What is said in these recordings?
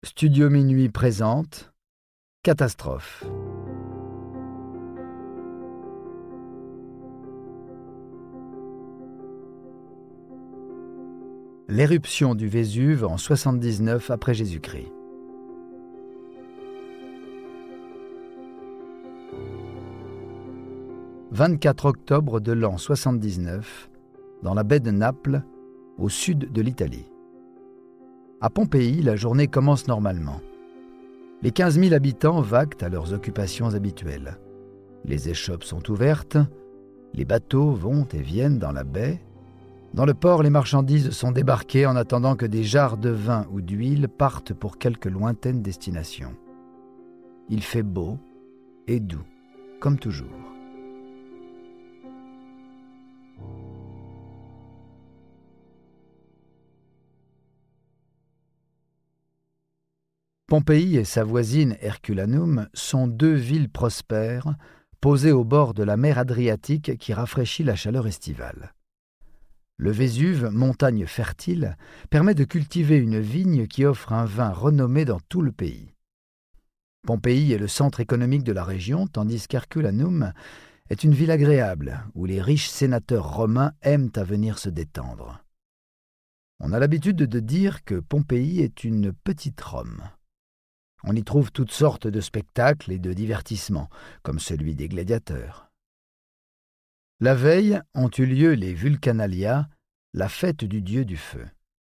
Studio Minuit présente Catastrophe. L'éruption du Vésuve en 79 après Jésus-Christ. « 24 octobre de l'an 79, dans la baie de Naples, au sud de l'Italie. À Pompéi, la journée commence normalement. Les 15 000 habitants vaquent à leurs occupations habituelles. Les échoppes sont ouvertes, les bateaux vont et viennent dans la baie. Dans le port, les marchandises sont débarquées en attendant que des jarres de vin ou d'huile partent pour quelque lointaine destination. Il fait beau et doux, comme toujours. Pompéi et sa voisine Herculanum sont deux villes prospères, posées au bord de la mer Adriatique qui rafraîchit la chaleur estivale. Le Vésuve, montagne fertile, permet de cultiver une vigne qui offre un vin renommé dans tout le pays. Pompéi est le centre économique de la région, tandis qu'Herculanum est une ville agréable, où les riches sénateurs romains aiment à venir se détendre. On a l'habitude de dire que Pompéi est une petite Rome. On y trouve toutes sortes de spectacles et de divertissements, comme celui des gladiateurs. La veille ont eu lieu les Vulcanalia, la fête du dieu du feu.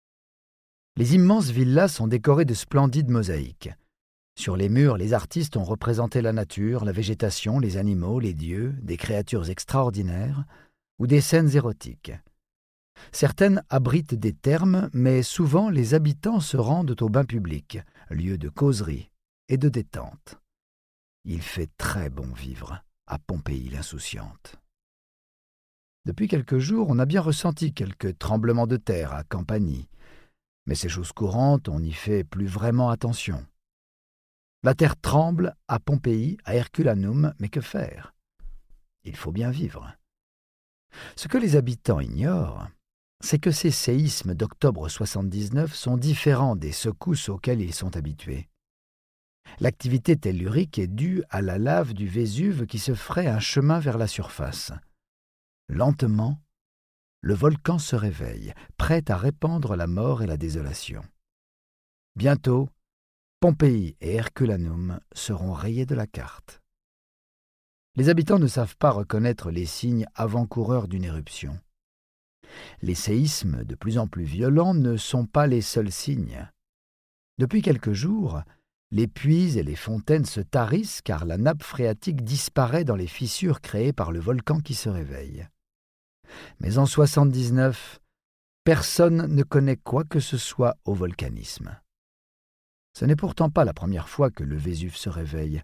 Les immenses villas sont décorées de splendides mosaïques. Sur les murs, les artistes ont représenté la nature, la végétation, les animaux, les dieux, des créatures extraordinaires ou des scènes érotiques. Certaines abritent des thermes, mais souvent les habitants se rendent au bain public, lieu de causerie et de détente. Il fait très bon vivre à Pompéi l'insouciante. Depuis quelques jours, on a bien ressenti quelques tremblements de terre à Campanie, mais ces choses courantes, on n'y fait plus vraiment attention. La terre tremble à Pompéi, à Herculanum, mais que faire? Il faut bien vivre. Ce que les habitants ignorent, c'est que ces séismes d'octobre 79 sont différents des secousses auxquelles ils sont habitués. L'activité tellurique est due à la lave du Vésuve qui se ferait un chemin vers la surface. Lentement, le volcan se réveille, prêt à répandre la mort et la désolation. Bientôt, Pompéi et Herculanum seront rayés de la carte. Les habitants ne savent pas reconnaître les signes avant-coureurs d'une éruption. Les séismes de plus en plus violents ne sont pas les seuls signes. Depuis quelques jours, les puits et les fontaines se tarissent car la nappe phréatique disparaît dans les fissures créées par le volcan qui se réveille. Mais en 79, personne ne connaît quoi que ce soit au volcanisme. Ce n'est pourtant pas la première fois que le Vésuve se réveille.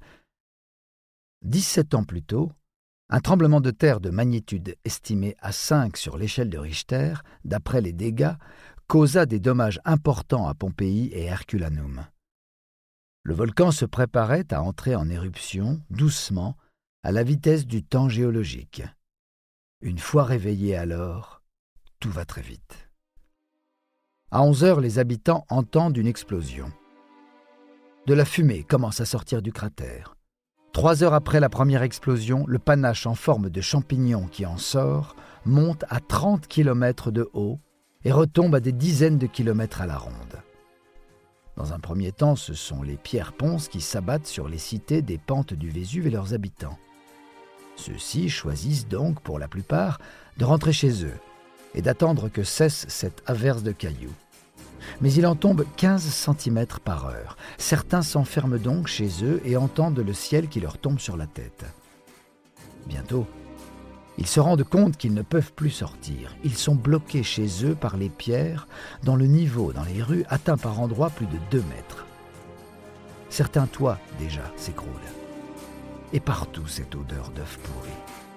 17 ans plus tôt, un tremblement de terre de magnitude estimée à 5 sur l'échelle de Richter, d'après les dégâts, causa des dommages importants à Pompéi et Herculanum. Le volcan se préparait à entrer en éruption, doucement, à la vitesse du temps géologique. Une fois réveillé alors, tout va très vite. À 11 heures, les habitants entendent une explosion. De la fumée commence à sortir du cratère. 3 heures après la première explosion, le panache en forme de champignon qui en sort monte à 30 km de haut et retombe à des dizaines de kilomètres à la ronde. Dans un premier temps, ce sont les pierres-ponces qui s'abattent sur les cités des pentes du Vésuve et leurs habitants. Ceux-ci choisissent donc, pour la plupart, de rentrer chez eux et d'attendre que cesse cette averse de cailloux. Mais il en tombe 15 cm par heure. Certains s'enferment donc chez eux et entendent le ciel qui leur tombe sur la tête. Bientôt, ils se rendent compte qu'ils ne peuvent plus sortir. Ils sont bloqués chez eux par les pierres, dont le niveau dans les rues atteint par endroits plus de 2 mètres. Certains toits, déjà, s'écroulent. Et partout cette odeur d'œuf pourri.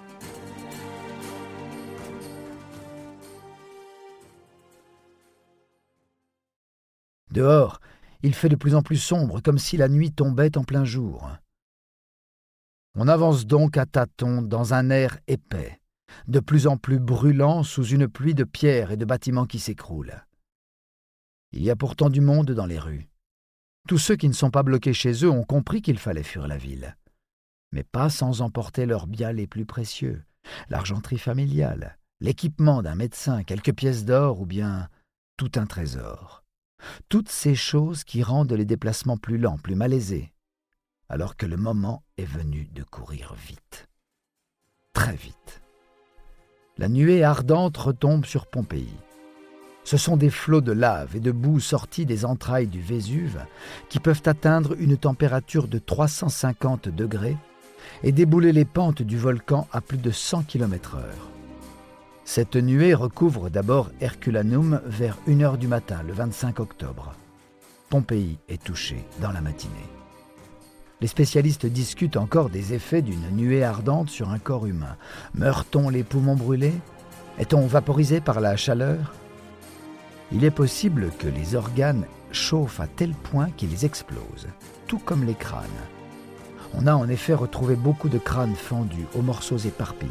Dehors, il fait de plus en plus sombre, comme si la nuit tombait en plein jour. On avance donc à tâtons dans un air épais, de plus en plus brûlant sous une pluie de pierres et de bâtiments qui s'écroulent. Il y a pourtant du monde dans les rues. Tous ceux qui ne sont pas bloqués chez eux ont compris qu'il fallait fuir la ville. Mais pas sans emporter leurs biens les plus précieux, l'argenterie familiale, l'équipement d'un médecin, quelques pièces d'or ou bien tout un trésor. Toutes ces choses qui rendent les déplacements plus lents, plus malaisés, alors que le moment est venu de courir vite. Très vite. La nuée ardente retombe sur Pompéi. Ce sont des flots de lave et de boue sortis des entrailles du Vésuve qui peuvent atteindre une température de 350 degrés et débouler les pentes du volcan à plus de 100 km/h. Cette nuée recouvre d'abord Herculanum vers 1h du matin, le 25 octobre. Pompéi est touché dans la matinée. Les spécialistes discutent encore des effets d'une nuée ardente sur un corps humain. Meurt-on les poumons brûlés? Est-on vaporisé par la chaleur? Il est possible que les organes chauffent à tel point qu'ils explosent, tout comme les crânes. On a en effet retrouvé beaucoup de crânes fendus aux morceaux éparpillés.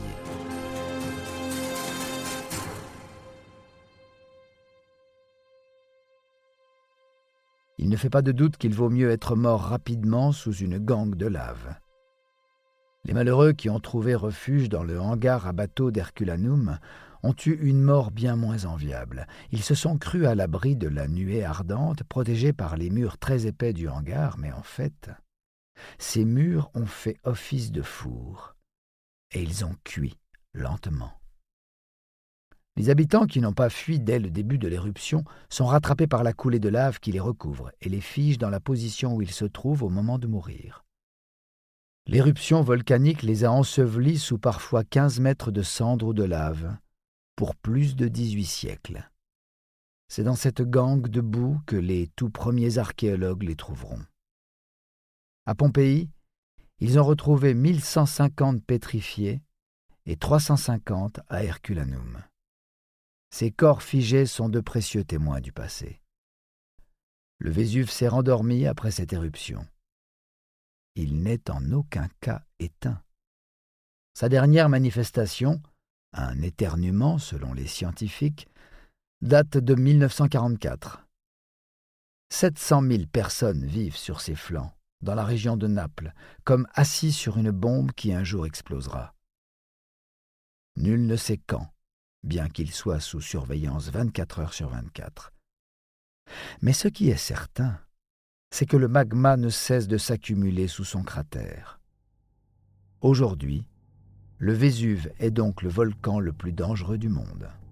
Il ne fait pas de doute qu'il vaut mieux être mort rapidement sous une gangue de lave. Les malheureux qui ont trouvé refuge dans le hangar à bateau d'Herculanum ont eu une mort bien moins enviable. Ils se sont crus à l'abri de la nuée ardente, protégés par les murs très épais du hangar, mais en fait, ces murs ont fait office de four, et ils ont cuit lentement. Les habitants qui n'ont pas fui dès le début de l'éruption sont rattrapés par la coulée de lave qui les recouvre et les fige dans la position où ils se trouvent au moment de mourir. L'éruption volcanique les a ensevelis sous parfois 15 mètres de cendres ou de lave, pour plus de 18 siècles. C'est dans cette gangue de boue que les tout premiers archéologues les trouveront. À Pompéi, ils ont retrouvé 1150 pétrifiés et 350 à Herculanum. Ces corps figés sont de précieux témoins du passé. Le Vésuve s'est rendormi après cette éruption. Il n'est en aucun cas éteint. Sa dernière manifestation, un éternuement selon les scientifiques, date de 1944. 700 000 personnes vivent sur ses flancs, dans la région de Naples, comme assis sur une bombe qui un jour explosera. Nul ne sait quand, bien qu'il soit sous surveillance 24 heures sur 24. Mais ce qui est certain, c'est que le magma ne cesse de s'accumuler sous son cratère. Aujourd'hui, le Vésuve est donc le volcan le plus dangereux du monde.